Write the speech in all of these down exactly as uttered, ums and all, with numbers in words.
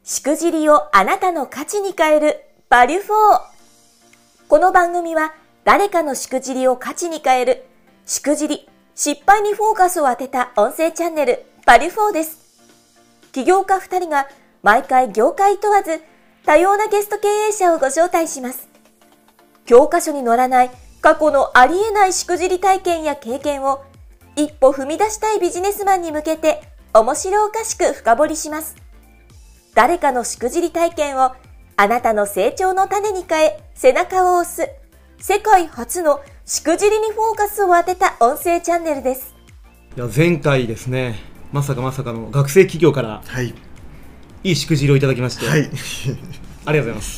しくじりをあなたの価値に変えるバリュフォー。この番組は誰かのしくじりを価値に変えるしくじり、失敗にフォーカスを当てた音声チャンネルバリュフォーです。起業家ふたりが毎回業界問わず多様なゲスト経営者をご招待します。教科書に載らない過去のありえないしくじり体験や経験を一歩踏み出したいビジネスマンに向けて面白おかしく深掘りします。誰かのしくじり体験をあなたの成長の種に変え背中を押す世界初のしくじりにフォーカスを当てた音声チャンネルです。 いや前回ですね、まさかまさかの学生企業から、はい、いいしくじりをいただきまして、はい、ありがとうございます。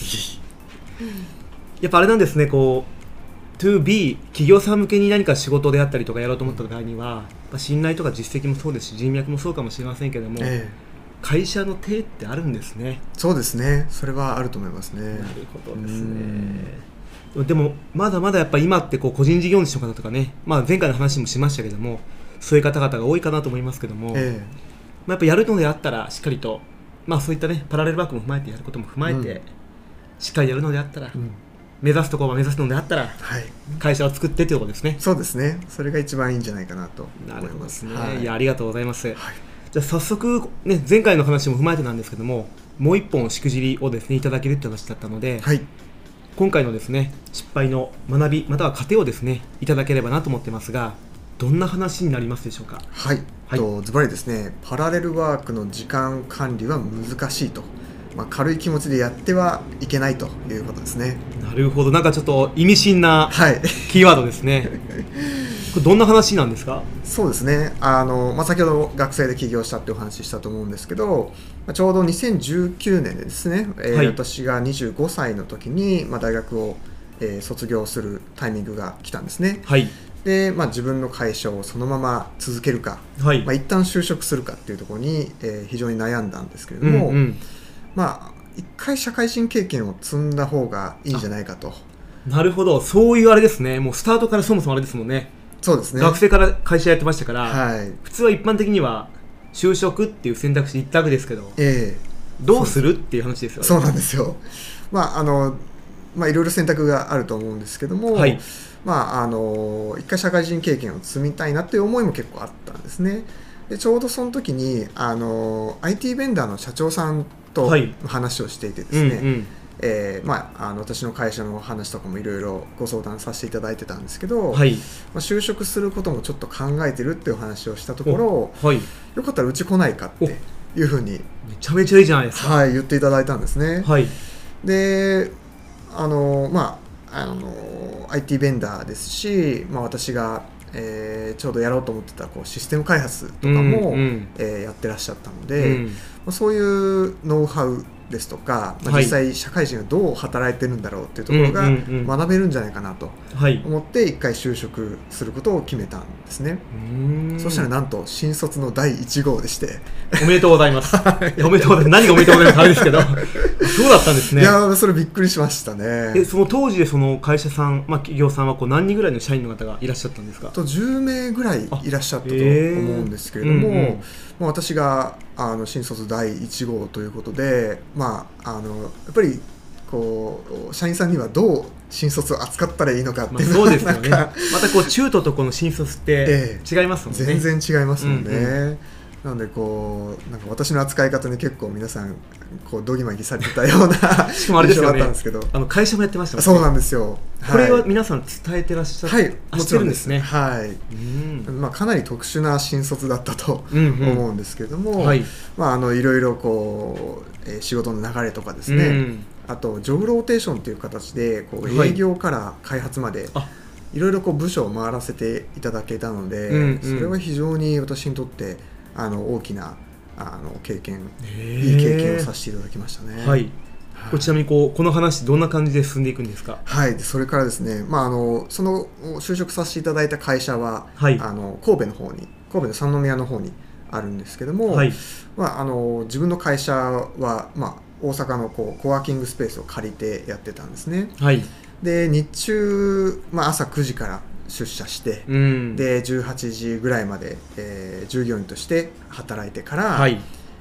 やっぱあれなんですね、こう トゥービー 企業さん向けに何か仕事であったりとかやろうと思った場合には、うん、信頼とか実績もそうですし人脈もそうかもしれませんけども、えー会社の手ってあるんですね。 そうですね、それはあると思いますね。 なるほどですね。でもまだまだやっぱ今ってこう個人事業主の方とかね、まあ、前回の話もしましたけどもそういう方々が多いかなと思いますけども、えーまあ、やっぱやるのであったらしっかりと、まあ、そういったねパラレルワークも踏まえてやることも踏まえて、うん、しっかりやるのであったら、うん、目指すところは目指すのであったら、はい、会社を作ってということですね。 そうですね、それが一番いいんじゃないかなと思います。 なるほどですね、はい、いやありがとうございます。はい、じゃあ早速、ね、前回の話も踏まえてなんですけどももう一本しくじりをですねいただけるって話だったので、はい、今回のですね失敗の学びまたは糧をですねいただければなと思ってますが、どんな話になりますでしょうか。 はい、はい、とズバリですね、パラレルワークの時間管理は難しいと、まあ、軽い気持ちでやってはいけないということですね。 なるほど、なんかちょっと意味深なキーワードですね、はい、これどんな話なんですか。 そうですね、あの、まあ、先ほど学生で起業したっていうお話したと思うんですけど、ちょうどにせんじゅうきゅうねんでですね、えーはい、私がにじゅうごさいの時に、まあ、大学を、えー、卒業するタイミングが来たんですね。はい、で、まあ、自分の会社をそのまま続けるか、はい、まあ、一旦就職するかっていうところに、えー、非常に悩んだんですけれども、うんうん、まあ、一回社会人経験を積んだ方がいいんじゃないかと。 なるほど、そういうあれですね、もうスタートからそもそもあれですもんね。 そうですね、 学生から会社やってましたから、はい、普通は一般的には就職っていう選択肢一択ですけど、えー、どうするっていう話ですよね。 そうなんですよ、まああのまあ、いろいろ選択があると思うんですけども、はい、まあ、あの一回社会人経験を積みたいなっていう思いも結構あったんですね。でちょうどその時にあの アイティー ベンダーの社長さんと話をしていてですね、はい、うんうん、えーまあ、あの私の会社の話とかもいろいろご相談させていただいてたんですけど、はい、まあ、就職することもちょっと考えてるっていう話をしたところ、はい、よかったらうち来ないかっていうふうにめちゃめちゃいいじゃないですか、 はい、言っていただいたんですね。はい、であの、まあ、あの アイティー ベンダーですし、まあ、私が、えー、ちょうどやろうと思ってたこうシステム開発とかも、うんうん、えー、やってらっしゃったので、うん、まあ、そういうノウハウですとか、まあ、実際社会人がどう働いてるんだろうっていうところが学べるんじゃないかなと思って一回就職することを決めたんですね。うーん、そしたらなんと新卒のだいいち号でして、 おめでとうございます。いやおめでとうございます。何がおめでとうございますかあれですけどそうだったんですね。 いやそれびっくりしましたね。 えその当時でその会社さん、まあ、企業さんはこう何人ぐらいの社員の方がいらっしゃったんですか。 とじゅうめいぐらいいらっしゃったと思うんですけれども、うんうん、まあ、私があの新卒だいいち号ということで、まあ、あのやっぱりこう社員さんにはどう新卒を扱ったらいいのかっていうのが、まあ、そうですよねまたこう中途とこの新卒って違いますもんね、 ええ、全然違いますもんね、うんうん、なのでこうなんか私の扱い方に結構皆さんこうドギマギされてたようなしかもあれですよね、 印象だったんですけど、 あの会社もやってましたもんね。 そうなんですよ、 これは皆さん伝えてらっしゃって、はい、もちろんですね、 はい、うん、まあ、かなり特殊な新卒だったと思うんですけども、うんうん、はい、まあ、あのいろいろこう、えー、仕事の流れとかですね、うん、あとジョブローテーションという形でこう営業から開発まで、はい、いろいろこう部署を回らせていただけたので、うんうん、それは非常に私にとってあの大きなあの経験、いい経験をさせていただきましたね。はい、 これちなみにこうこの話どんな感じで進んでいくんですか。 はい、それからですね、まあ、あのその就職させていただいた会社は、はい、あの神戸の方に神戸の三宮の方にあるんですけども、はい、まあ、あの自分の会社は、まあ、大阪のこうコワーキングスペースを借りてやってたんですね。はい、で日中、まあ、朝くじから出社して、うん、でじゅうはちじぐらいまで、えー、従業員として働いてから、はい、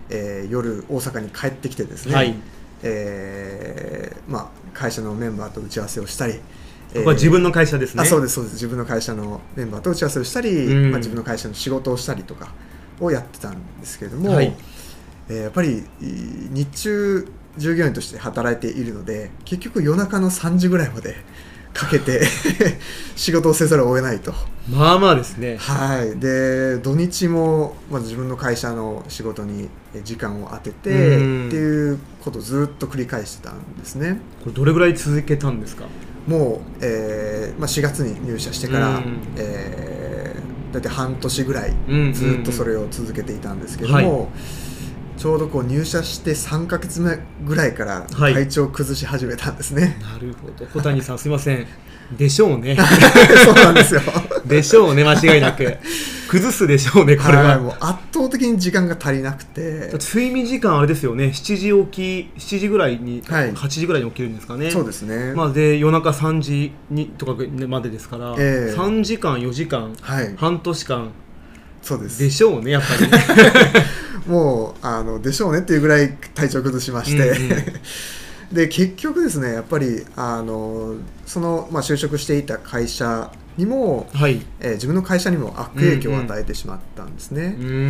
えー、夜大阪に帰ってきてですね、はい、えーまあ、会社のメンバーと打ち合わせをしたり、ここは自分の会社ですね。 あ、そうですそうです。自分の会社のメンバーと打ち合わせをしたり、まあ、自分の会社の仕事をしたりとかをやってたんですけれども、はい、えー、やっぱり日中従業員として働いているので、結局夜中のさんじぐらいまでかけて仕事をせざるを得ないと。 まあまあですね。 はい。で土日も、まあ、自分の会社の仕事に時間を当ててっていうことをずっと繰り返してたんですね。 これどれぐらい続けたんですか？ もう、えーまあ、しがつに入社してから、えー、だいたい半年ぐらいずっとそれを続けていたんですけども、はい、ちょうどこう入社してさんかげつめぐらいから体調を崩し始めたんですね。 はい、なるほど。小谷さんすいません。でしょうね。 そうなんですよ。 でしょうね、間違いなく。崩すでしょうね、これは。はい、もう圧倒的に時間が足りなくて。 睡眠時間あれですよね、しちじ起き、しちじぐらいに、はい、はちじぐらいに起きるんですかね。 そうですね。 まあ、で夜中さんじにとかまでですから、えー、さんじかんよじかん、はい、半年間。 そうです。 でしょうね、やっぱり。もうあのでしょうねっていうぐらい体調崩しまして、うんうんで結局ですね、やっぱりあのその、まあ、就職していた会社にも、はい、えー、自分の会社にも悪影響を与えてしまったんですね。うんうん、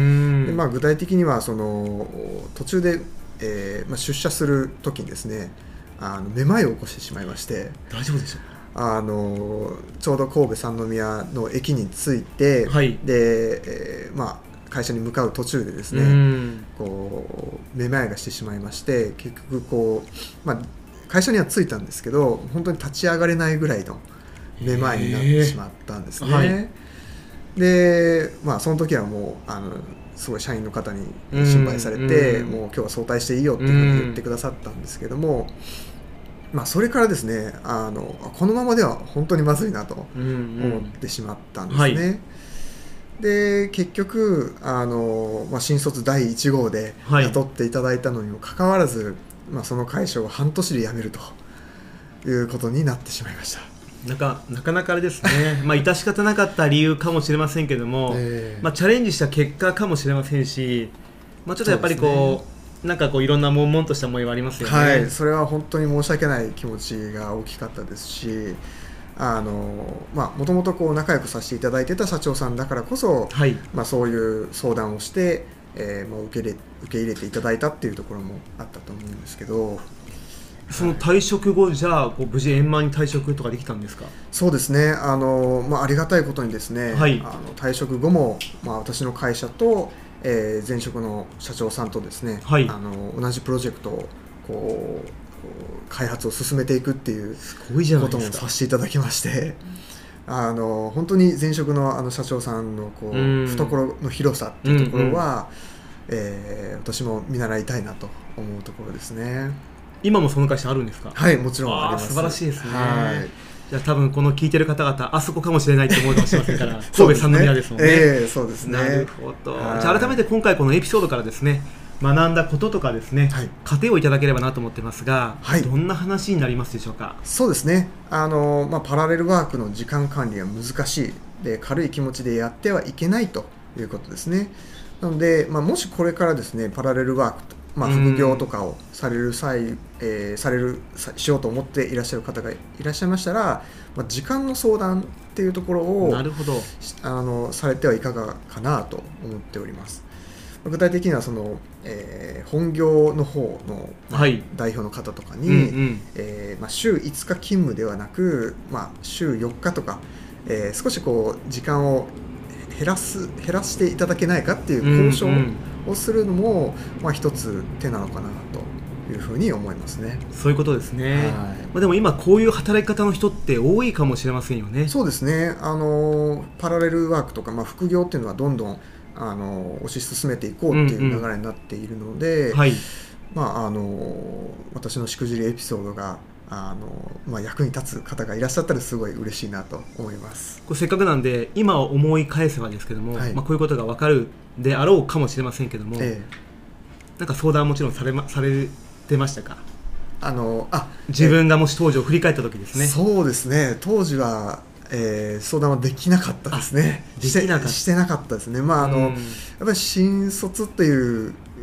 でまあ、具体的にはその途中で、えーまあ、出社するときにですね、あのめまいを起こしてしまいまして。 大丈夫でしょうか？ あのちょうど神戸三宮の駅に着いて、はい、で、えーまあ会社に向かう途中でですね、こうめまいがしてしまいまして、結局こう、まあ、会社には着いたんですけど本当に立ち上がれないぐらいのめまいになってしまったんですね。はい、で、まあ、その時はもうあのすごい社員の方に心配されて、もう今日は早退していいよっていうふうに言ってくださったんですけども、まあ、それからですね、あのこのままでは本当にまずいなと思ってしまったんですね。うんうん、はい、で結局あの、まあ、新卒だいいち号で雇っていただいたのにもかかわらず、はい、まあ、その会社を半年で辞めるということになってしまいました。 なんかなかなかあれですね、まあ、致し方なかった理由かもしれませんけども、えーまあ、チャレンジした結果かもしれませんし、まあ、ちょっとやっぱりこう、なんかこういろんな悶々とした思いはありますよね。 はい、それは本当に申し訳ない気持ちが大きかったですし、あのまあ、もともとこう仲良くさせていただいてた社長さんだからこそ、はい、まあ、そういう相談をして、えーまあ、受け入れ、受け入れていただいたっていうところもあったと思うんですけど、 その退職後、じゃあこう無事円満に退職とかできたんですか？ そうですね、あの、まあ、ありがたいことにですね、はい、あの退職後も、まあ、私の会社と、えー、前職の社長さんとですね、はい、あの同じプロジェクトをこう開発を進めていくっていうこともさせていただきまして、あの本当に前職 の, あの社長さんのこう懐の広さっていうところは、うんうん、えー、私も見習いたいなと思うところですね。 今もその会社あるんですか？ はい、もちろんあります。 素晴らしいですね。はい、じゃあ多分この聞いてる方々あそこかもしれないと思うかもしれませんから神戸三宮ですもんね。 えー、そうですね。 なるほど。じゃあ改めて今回このエピソードからですね、学んだこととかですね、はい、糧をいただければなと思ってますが、はい、どんな話になりますでしょうか？ そうですね、あの、まあ、パラレルワークの時間管理が難しいで、軽い気持ちでやってはいけないということですね。なので、まあ、もしこれからですねパラレルワークと、まあ、副業とかをされる際、えー、されるしようと思っていらっしゃる方がいらっしゃいましたら、まあ、時間の相談っていうところをなるほどあのされてはいかがかなと思っております。具体的にはその、えー、本業の方の、まあはい、代表の方とかに、うんうん、えーまあ、週いつか勤務ではなく、まあ、週よっかとか、えー、少しこう時間を減らす減らしていただけないかっていう交渉をするのも、うんうん、まあ、一つ手なのかなというふうに思いますね。 そういうことですね。はい、まあ、でも今こういう働き方の人って多いかもしれませんよね。 そうですね、あのパラレルワークとか、まあ、副業っていうのはどんどんあの推し進めていこうっていう流れになっているので、うんうん、はい、まあ、あの私のしくじりエピソードがあの、まあ、役に立つ方がいらっしゃったらすごい嬉しいなと思います。 これせっかくなんで今思い返せばですけども、はい、まあ、こういうことが分かるであろうかもしれませんけども、ええ、なんか相談もちろんされ、ま、されてましたか？ あのあ自分がもし当時を振り返った時ですね。 そうですね、当時はえー、相談はできなかったですね。 できなかったしてなかったですね。まああの、うん、やっぱり新卒っていう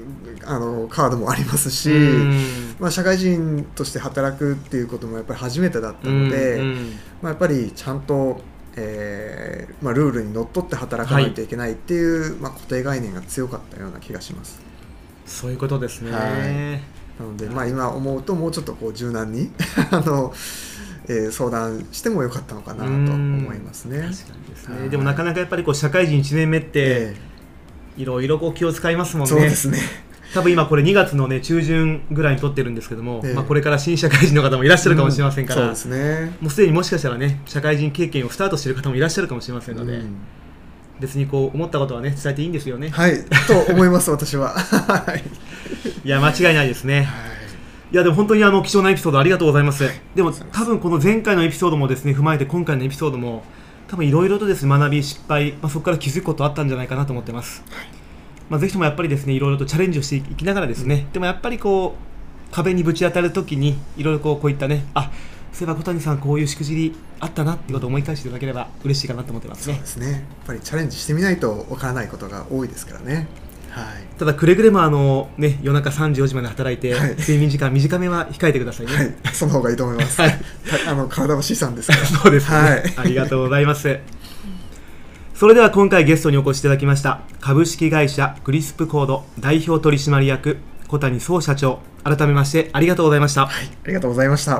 あのカードもありますし、まあ、社会人として働くっていうこともやっぱり初めてだったので、まあ、やっぱりちゃんと、えーまあ、ルールにのっとって働かないといけないっていう、はい、まあ、固定概念が強かったような気がします。 そういうことですね。はい、 なので、まあ、今思うともうちょっとこう柔軟にあの、えー、相談してもよかったのかなと思いますね。 確かにですね、はい、でもなかなかやっぱりこう社会人いちねんめって、えーいろいろこう気を使いますもんね。 そうですね。 多分今これにがつの、ね、中旬ぐらいに撮ってるんですけども、ええまあ、これから新社会人の方もいらっしゃるかもしれませんから、 うん、そうですね、 もうすでにもしかしたらね社会人経験をスタートしている方もいらっしゃるかもしれませんので、うん、別にこう思ったことはね伝えていいんですよね。 はいと思います私は。 いや間違いないですね。はい、いやでも本当にあの貴重なエピソードありがとうございます。はい、でも多分この前回のエピソードもですね踏まえて今回のエピソードも多分いろいろとですね学び失敗、まあ、そこから気づくことあったんじゃないかなと思ってます。はい、まあ、ぜひともやっぱりですねいろいろとチャレンジをしていきながらですね、うん、でもやっぱりこう壁にぶち当たるときにいろいろこうこういったねあそういえば小谷さんこういうしくじりあったなっていうことを思い返していただければ嬉しいかなと思ってますね。 そうですね、やっぱりチャレンジしてみないとわからないことが多いですからね。はい、 ただくれぐれもあの、ね、夜中さんじよじまで働いて、はい、睡眠時間短めは控えてくださいね。 はい、その方がいいと思います。はい、あの体は資産ですから。 そうですね、はい、ありがとうございます。それでは今回ゲストにお越しいただきました株式会社クリスプコード代表取締役小谷壮社長、改めましてありがとうございました。 はい、ありがとうございました。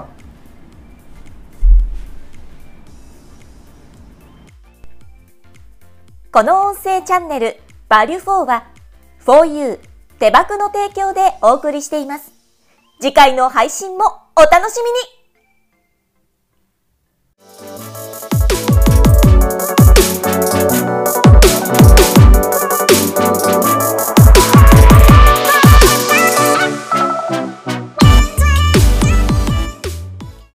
この音声チャンネルバリュフォーは フォーユー 手箱の提供でお送りしています。次回の配信もお楽しみに。